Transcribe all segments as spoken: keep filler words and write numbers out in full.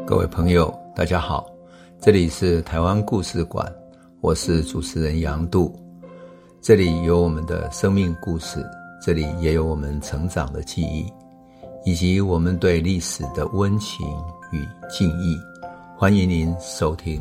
各位朋友大家好，这里是台湾故事馆，我是主持人杨度。这里有我们的生命故事，这里也有我们成长的记忆，以及我们对历史的温情与敬意。欢迎您收听。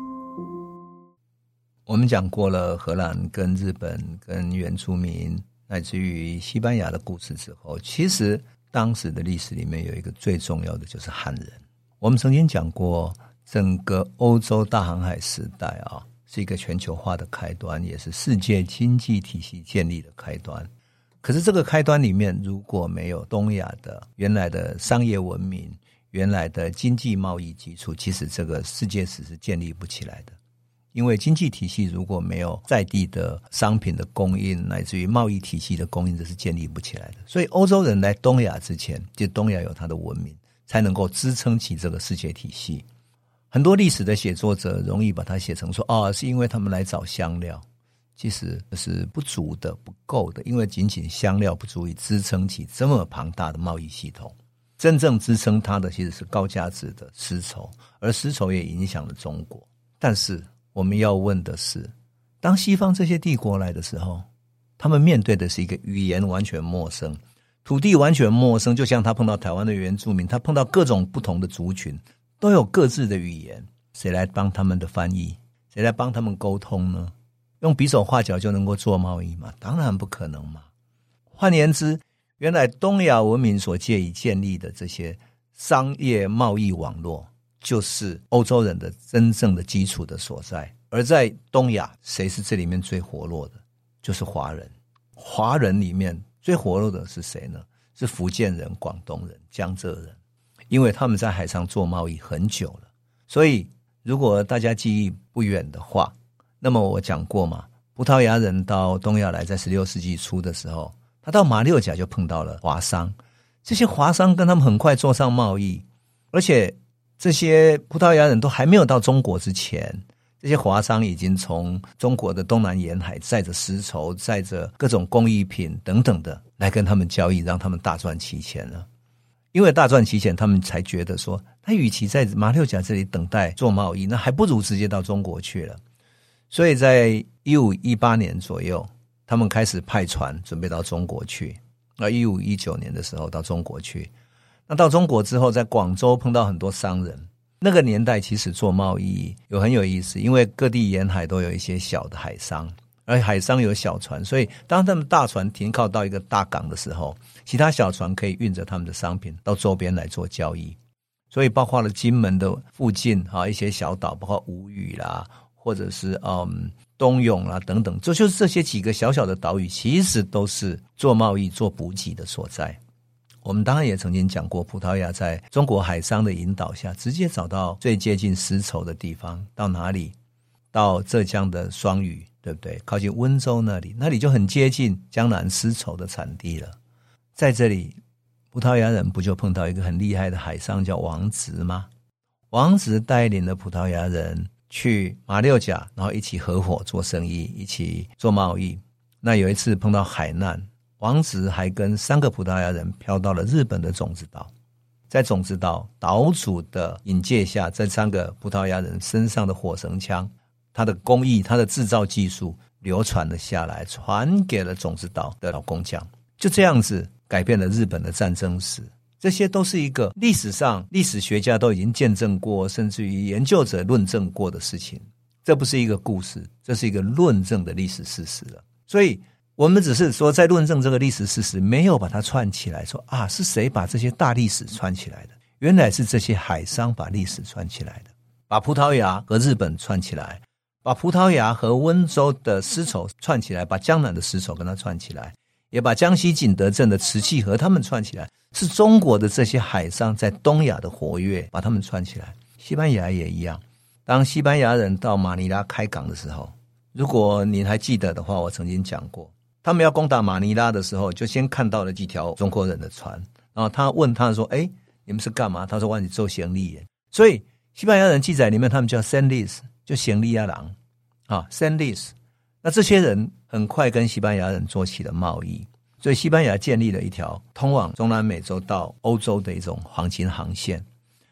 我们讲过了荷兰跟日本跟原住民乃至于西班牙的故事之后，其实当时的历史里面有一个最重要的就是汉人。我们曾经讲过，整个欧洲大航海时代啊，是一个全球化的开端，也是世界经济体系建立的开端。可是这个开端里面，如果没有东亚的原来的商业文明，原来的经济贸易基础，其实这个世界史是建立不起来的。因为经济体系如果没有在地的商品的供应，乃至于贸易体系的供应，这是建立不起来的。所以欧洲人来东亚之前，就东亚有它的文明，才能够支撑起这个世界体系。很多历史的写作者容易把它写成说，哦，是因为他们来找香料，其实是不足的，不够的，因为仅仅香料不足以支撑起这么庞大的贸易系统。真正支撑它的其实是高价值的丝绸，而丝绸也影响了中国。但是我们要问的是，当西方这些帝国来的时候，他们面对的是一个语言完全陌生，土地完全陌生，就像他碰到台湾的原住民，他碰到各种不同的族群，都有各自的语言，谁来帮他们的翻译？谁来帮他们沟通呢？用比手画脚就能够做贸易吗？当然不可能嘛。换言之，原来东亚文明所借以建立的这些商业贸易网络，就是欧洲人的真正的基础的所在。而在东亚，谁是这里面最活络的？就是华人。华人里面最活络的是谁呢？是福建人、广东人、江浙人，因为他们在海上做贸易很久了。所以如果大家记忆不远的话，那么我讲过嘛，葡萄牙人到东亚来，在十六世纪初的时候，他到马六甲就碰到了华商，这些华商跟他们很快做上贸易，而且这些葡萄牙人都还没有到中国之前，这些华商已经从中国的东南沿海载着丝绸，载着各种工艺品等等的来跟他们交易，让他们大赚其钱了。因为大赚其钱，他们才觉得说，他与其在马六甲这里等待做贸易，那还不如直接到中国去了。所以在一五一八年左右，他们开始派船准备到中国去。那一五一九年的时候到中国去，那到中国之后，在广州碰到很多商人。那个年代其实做贸易有很有意思，因为各地沿海都有一些小的海商，而海商有小船，所以当他们大船停靠到一个大港的时候，其他小船可以运着他们的商品到周边来做交易。所以包括了金门的附近啊一些小岛，包括吴屿啦，或者是嗯东涌啦等等，这就是这些几个小小的岛屿，其实都是做贸易做补给的所在。我们当然也曾经讲过，葡萄牙在中国海商的引导下，直接找到最接近丝绸的地方，到哪里？到浙江的双屿，对不对？靠近温州那里，那里就很接近江南丝绸的产地了。在这里，葡萄牙人不就碰到一个很厉害的海商叫王直吗？王直带领了葡萄牙人去马六甲，然后一起合伙做生意，一起做贸易。那有一次碰到海难，王直还跟三个葡萄牙人飘到了日本的种子岛，在种子岛岛主的引介下，这三个葡萄牙人身上的火绳枪，他的工艺，他的制造技术流传了下来，传给了种子岛的老工匠，就这样子改变了日本的战争史。这些都是一个历史上历史学家都已经见证过，甚至于研究者论证过的事情。这不是一个故事，这是一个论证的历史事实了。所以我们只是说在论证这个历史事实，没有把它串起来，说啊是谁把这些大历史串起来的？原来是这些海商把历史串起来的，把葡萄牙和日本串起来，把葡萄牙和温州的丝绸串起来，把江南的丝绸跟它串起来，也把江西景德镇的瓷器和他们串起来。是中国的这些海商在东亚的活跃，把他们串起来。西班牙也一样，当西班牙人到马尼拉开港的时候，如果你还记得的话，我曾经讲过，他们要攻打马尼拉的时候，就先看到了几条中国人的船，然后他问他说，诶，你们是干嘛？他说，我是做行李耶。所以西班牙人记载里面，他们叫 Sandis， 就行李亚郎啊 Sandis。 那这些人很快跟西班牙人做起了贸易，所以西班牙建立了一条通往中南美洲到欧洲的一种黄金航线。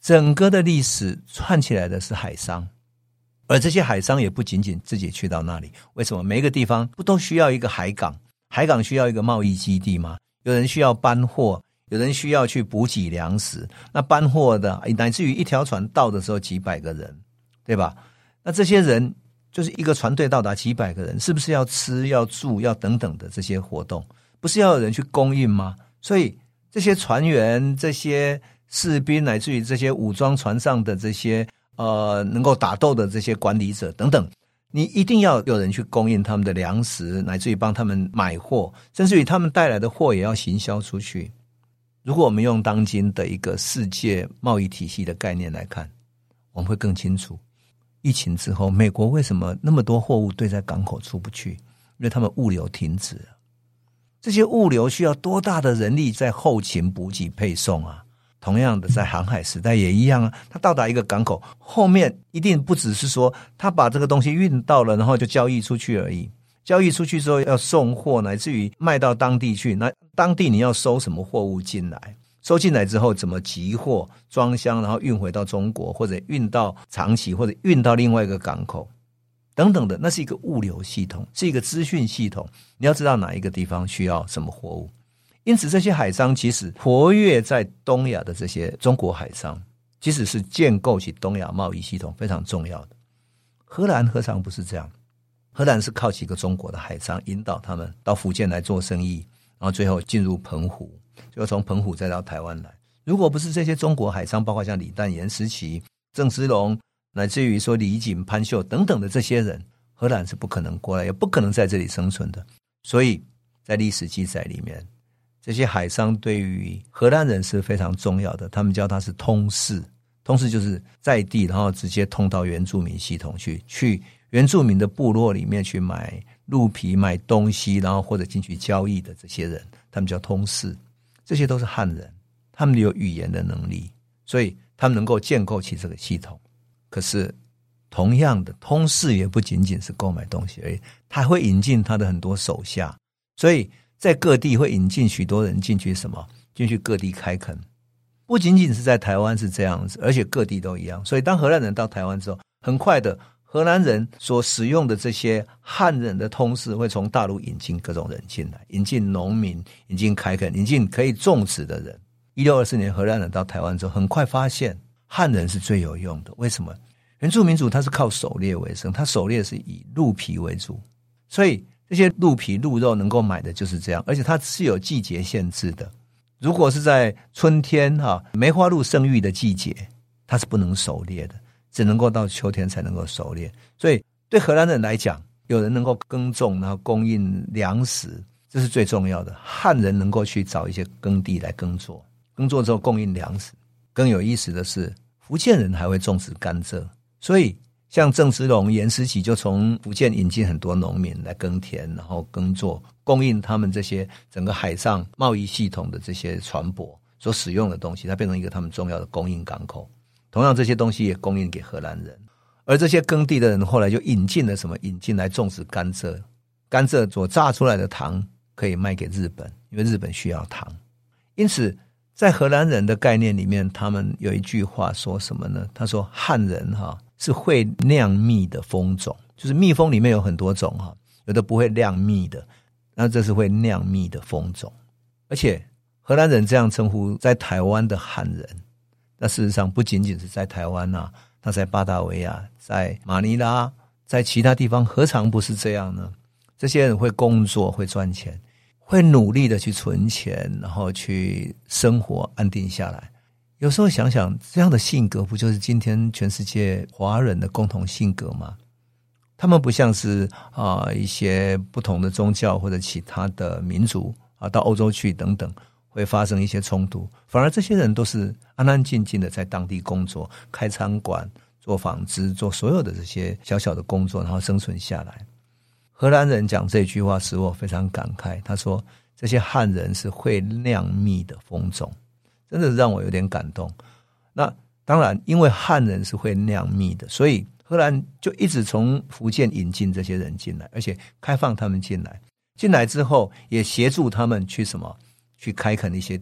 整个的历史串起来的是海商，而这些海商也不仅仅自己去到那里。为什么？每一个地方不都需要一个海港？海港需要一个贸易基地吗？有人需要搬货，有人需要去补给粮食，那搬货的乃至于一条船到的时候几百个人，对吧？那这些人就是一个船队到达几百个人，是不是要吃要住要等等的这些活动，不是要有人去供应吗？所以这些船员，这些士兵，乃至于这些武装船上的这些呃能够打斗的这些管理者等等，你一定要有人去供应他们的粮食，乃至于帮他们买货，甚至于他们带来的货也要行销出去。如果我们用当今的一个世界贸易体系的概念来看，我们会更清楚，疫情之后美国为什么那么多货物堆在港口出不去，因为他们物流停止了。这些物流需要多大的人力在后勤补给配送啊？同样的，在航海时代也一样啊，他到达一个港口，后面一定不只是说他把这个东西运到了，然后就交易出去而已。交易出去之后要送货，乃至于卖到当地去，那当地你要收什么货物进来，收进来之后怎么集货装箱，然后运回到中国，或者运到长崎，或者运到另外一个港口等等的，那是一个物流系统，是一个资讯系统，你要知道哪一个地方需要什么货物。因此这些海商其实活跃在东亚的这些中国海商，其实是建构起东亚贸易系统非常重要的。荷兰何尝不是这样？荷兰是靠几个中国的海商引导他们到福建来做生意，然后最后进入澎湖，最后从澎湖再到台湾来。如果不是这些中国海商，包括像李淡岩、石岐、郑芝龙，乃至于说李锦、潘秀等等的这些人，荷兰是不可能过来，也不可能在这里生存的。所以在历史记载里面，这些海商对于荷兰人是非常重要的，他们叫他是通事，通事就是在地，然后直接通到原住民系统去，去原住民的部落里面去买鹿皮、买东西，然后或者进去交易的这些人，他们叫通事。这些都是汉人，他们有语言的能力，所以他们能够建构起这个系统。可是同样的，通事也不仅仅是购买东西而已，他会引进他的很多手下，所以在各地会引进许多人进去什么？进去各地开垦。不仅仅是在台湾是这样子，而且各地都一样。所以当荷兰人到台湾之后，很快的荷兰人所使用的这些汉人的通事会从大陆引进各种人进来，引进农民，引进开垦，引进可以种植的人。一六二四年荷兰人到台湾之后，很快发现汉人是最有用的。为什么？原住民族他是靠狩猎为生，他狩猎是以鹿皮为主，所以这些鹿皮鹿肉能够买的就是这样，而且它是有季节限制的。如果是在春天哈梅花鹿生育的季节，它是不能狩猎的，只能够到秋天才能够狩猎。所以对荷兰人来讲，有人能够耕种，然后供应粮食，这是最重要的。汉人能够去找一些耕地来耕作，耕作之后供应粮食。更有意思的是，福建人还会种植甘蔗，所以像郑芝龙、严思齐就从福建引进很多农民来耕田，然后耕作，供应他们这些整个海上贸易系统的这些船舶所使用的东西，它变成一个他们重要的供应港口。同样这些东西也供应给荷兰人，而这些耕地的人后来就引进了什么？引进来种植甘蔗，甘蔗所榨出来的糖可以卖给日本，因为日本需要糖。因此在荷兰人的概念里面，他们有一句话说什么呢？他说汉人哈是会酿蜜的蜂种，就是蜜蜂里面有很多种哈，有的不会酿蜜的，那这是会酿蜜的蜂种。而且荷兰人这样称呼在台湾的汉人，那事实上不仅仅是在台湾啊，那在巴达维亚、在马尼拉、在其他地方何尝不是这样呢？这些人会工作，会赚钱，会努力的去存钱，然后去生活安定下来。有时候想想，这样的性格不就是今天全世界华人的共同性格吗？他们不像是啊、呃、一些不同的宗教或者其他的民族啊，到欧洲去等等会发生一些冲突，反而这些人都是安安静静的在当地工作，开餐馆、做纺织、做所有的这些小小的工作，然后生存下来。荷兰人讲这句话使我非常感慨，他说这些汉人是会酿蜜的蜂种，真的让我有点感动。那当然因为汉人是会酿蜜的，所以荷兰就一直从福建引进这些人进来，而且开放他们进来，进来之后也协助他们去什么？去开垦一些地，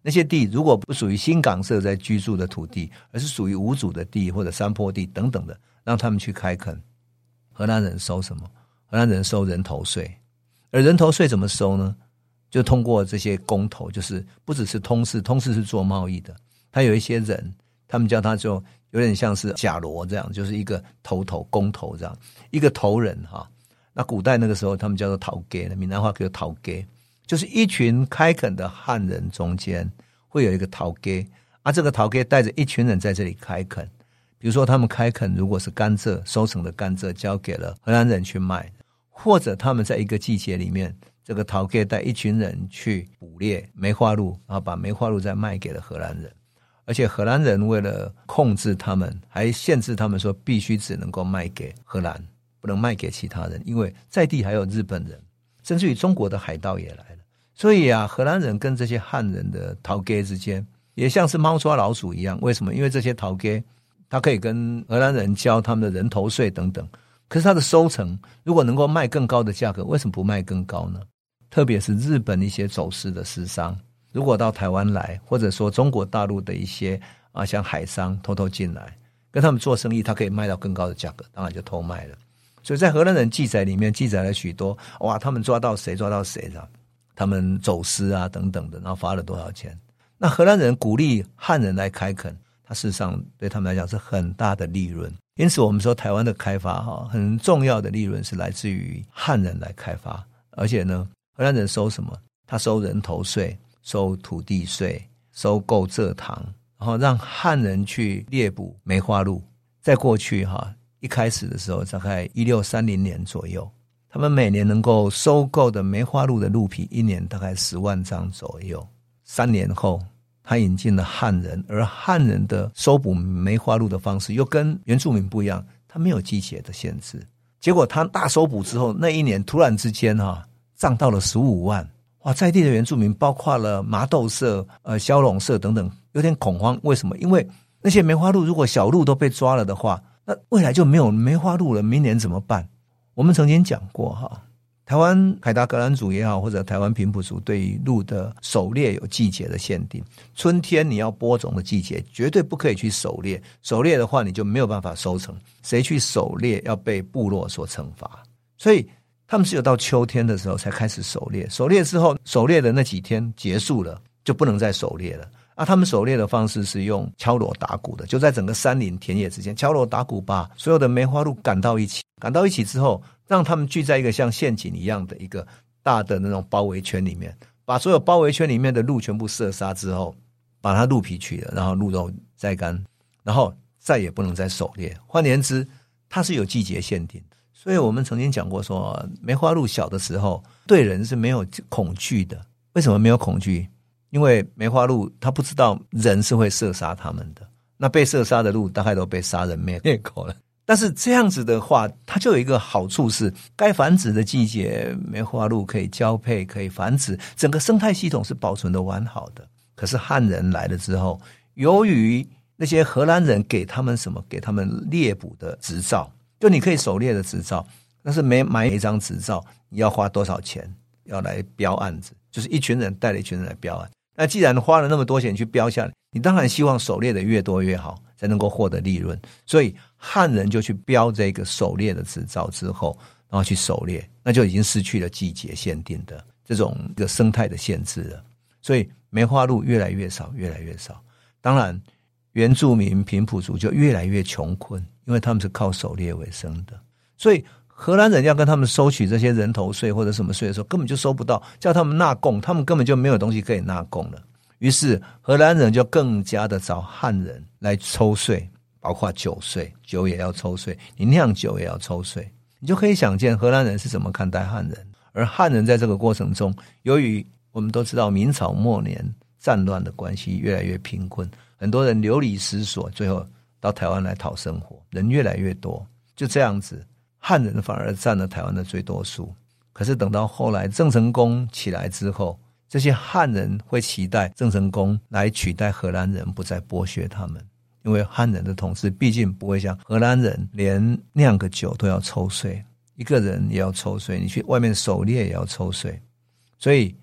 那些地如果不属于新港社在居住的土地，而是属于无主的地或者山坡地等等的，让他们去开垦。荷兰人收什么？荷兰人收人头税。而人头税怎么收呢？就通过这些公头，就是不只是通事，通事是做贸易的，他有一些人，他们叫他就有点像是甲罗这样，就是一个头头公头这样，一个头人哈。那古代那个时候他们叫做讨家，闽南话叫讨家，就是一群开垦的汉人中间会有一个讨家啊，这个讨家带着一群人在这里开垦。比如说他们开垦如果是甘蔗，收成的甘蔗交给了荷兰人去卖，或者他们在一个季节里面，这个陶给带一群人去捕猎梅花鹿，然后把梅花鹿再卖给了荷兰人。而且荷兰人为了控制他们，还限制他们说必须只能够卖给荷兰，不能卖给其他人，因为在地还有日本人，甚至于中国的海盗也来了。所以啊，荷兰人跟这些汉人的陶给之间也像是猫抓老鼠一样。为什么？因为这些陶给他可以跟荷兰人交他们的人头税等等，可是他的收成如果能够卖更高的价格，为什么不卖更高呢？特别是日本一些走私的私商，如果到台湾来，或者说中国大陆的一些啊像海商偷偷进来跟他们做生意，他可以卖到更高的价格，当然就偷卖了。所以在荷兰人记载里面记载了许多，哇，他们抓到谁抓到谁的，他们走私啊等等的，然后罚了多少钱。那荷兰人鼓励汉人来开垦，它事实上对他们来讲是很大的利润。因此我们说台湾的开发哈，很重要的利润是来自于汉人来开发。而且呢，荷兰人收什么？他收人头税，收土地税，收购蔗糖，然后让汉人去猎捕梅花鹿。在过去哈，一开始的时候大概一六三零年左右，他们每年能够收购的梅花鹿的鹿皮一年大概十万张左右。三年后他引进了汉人，而汉人的收捕梅花鹿的方式又跟原住民不一样，他没有季节的限制。结果他大收捕之后，那一年突然之间哈，涨到了十五万。哇，在地的原住民包括了麻豆社、呃骁龙社等等，有点恐慌。为什么？因为那些梅花鹿如果小鹿都被抓了的话，那未来就没有梅花鹿了，明年怎么办？我们曾经讲过哈，台湾凯达格兰族也好，或者台湾平埔族对于鹿的狩猎有季节的限定。春天你要播种的季节绝对不可以去狩猎，狩猎的话你就没有办法收成，谁去狩猎要被部落所惩罚。所以他们只有到秋天的时候才开始狩猎，狩猎之后狩猎的那几天结束了，就不能再狩猎了啊。他们狩猎的方式是用敲锣打鼓的，就在整个山林田野之间敲锣打鼓，把所有的梅花鹿赶到一起，赶到一起之后让他们聚在一个像陷阱一样的一个大的那种包围圈里面，把所有包围圈里面的鹿全部射杀之后，把它鹿皮取了，然后鹿肉摘干，然后再也不能再狩猎。换言之，它是有季节限定。所以我们曾经讲过说，梅花鹿小的时候对人是没有恐惧的。为什么没有恐惧？因为梅花鹿它不知道人是会射杀它们的，那被射杀的鹿大概都被杀人灭口了。但是这样子的话，它就有一个好处是，该繁殖的季节梅花鹿可以交配，可以繁殖，整个生态系统是保存的完好的。可是汉人来了之后，由于那些荷兰人给他们什么？给他们猎捕的执照，就你可以狩猎的执照，但是每买一张执照你要花多少钱要来标案子，就是一群人带了一群人来标案。那既然花了那么多钱去标下来，你当然希望狩猎的越多越好，才能够获得利润。所以汉人就去标这个狩猎的执照之后，然后去狩猎，那就已经失去了季节限定的这种一个生态的限制了。所以梅花鹿越来越少越来越少。当然原住民平埔族就越来越穷困，因为他们是靠狩猎为生的。所以荷兰人要跟他们收取这些人头税或者什么税的时候，根本就收不到，叫他们纳贡，他们根本就没有东西可以纳贡了。于是荷兰人就更加的找汉人来抽税，包括酒税，酒也要抽税，你酿酒也要抽税。你就可以想见荷兰人是怎么看待汉人。而汉人在这个过程中，由于我们都知道明朝末年战乱的关系，越来越贫困，很多人流离失所，最后到台湾来讨生活，人越来越多，就这样子汉人反而占了台湾的最多数。可是等到后来郑成功起来之后，这些汉人会期待郑成功来取代荷兰人，不再剥削他们。因为汉人的统治毕竟不会像荷兰人连酿个酒都要抽税，一个人也要抽税，你去外面狩猎也要抽税。所以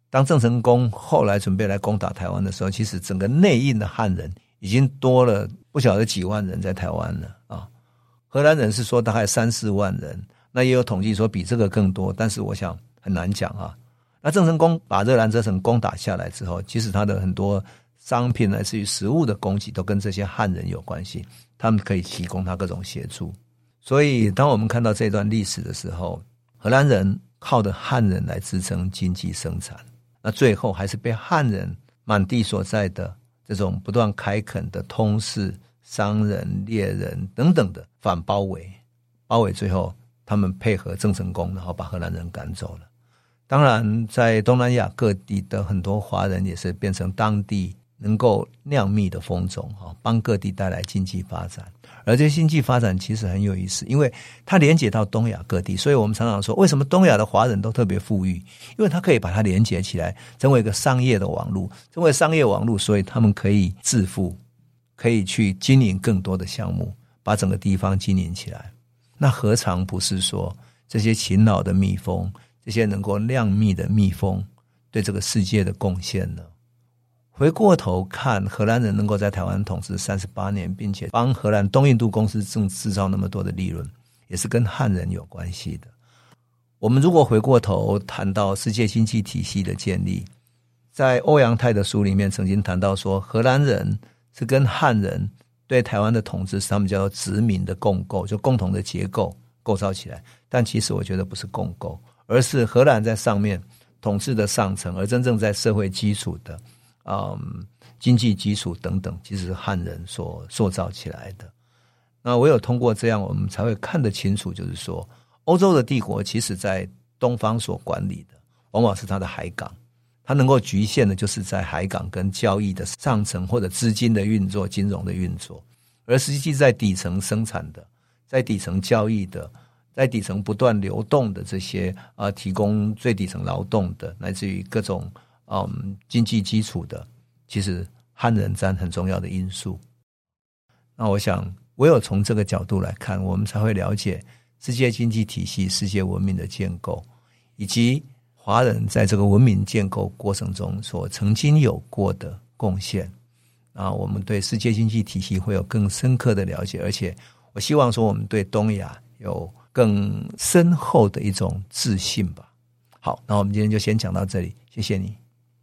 当郑成功后来准备来攻打台湾的时候，其实整个内印的汉人已经多了不晓得几万人在台湾了啊。荷兰人是说大概三四万人，那也有统计说比这个更多，但是我想很难讲啊。那郑成功把热兰遮城攻打下来之后，其实他的很多商品来自于食物的供给都跟这些汉人有关系，他们可以提供他各种协助。所以当我们看到这段历史的时候，荷兰人靠着汉人来支撑经济生产，那最后还是被汉人满地所在的这种不断开垦的通事、商人、猎人等等的反包围，包围最后他们配合郑成功，然后把荷兰人赶走了。当然在东南亚各地的很多华人也是变成当地能够酿蜜的蜂种，帮各地带来经济发展。而这些经济发展其实很有意思，因为它连接到东亚各地，所以我们常常说为什么东亚的华人都特别富裕，因为它可以把它连接起来，成为一个商业的网络，成为商业网络，所以他们可以致富，可以去经营更多的项目，把整个地方经营起来。那何尝不是说这些勤劳的蜜蜂，这些能够酿蜜的蜜蜂对这个世界的贡献呢？回过头看，荷兰人能够在台湾统治三十八年，并且帮荷兰东印度公司正制造那么多的利润，也是跟汉人有关系的。我们如果回过头谈到世界经济体系的建立，在欧阳泰的书里面曾经谈到说，荷兰人是跟汉人对台湾的统治是他们叫做殖民的共构，就共同的结构构造起来。但其实我觉得不是共构，而是荷兰在上面统治的上层，而真正在社会基础的嗯，经济基础等等，其实是汉人所塑造起来的。那唯有通过这样，我们才会看得清楚，就是说欧洲的帝国其实在东方所管理的往往是它的海港，它能够局限的就是在海港跟交易的上层，或者资金的运作、金融的运作。而实际在底层生产的，在底层交易的，在底层不断流动的这些呃提供最底层劳动的，乃至于各种嗯，经济基础的，其实汉人占很重要的因素。那我想唯有从这个角度来看，我们才会了解世界经济体系、世界文明的建构，以及华人在这个文明建构过程中所曾经有过的贡献。啊，我们对世界经济体系会有更深刻的了解，而且我希望说我们对东亚有更深厚的一种自信吧。好，那我们今天就先讲到这里，谢谢你。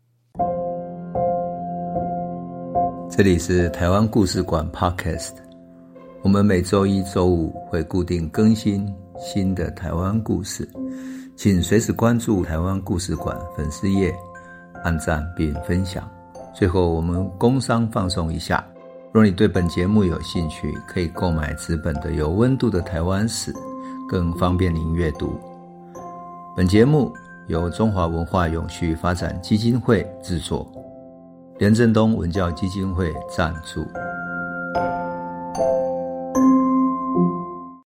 这里是台湾故事馆 Podcast， 我们每周一、周五会固定更新新的台湾故事，请随时关注台湾故事馆粉丝页，按赞并分享。最后我们工商放送一下，若你对本节目有兴趣，可以购买纸本的有温度的台湾史，更方便您阅读。本节目由中华文化永续发展基金会制作，连震东文教基金会赞助。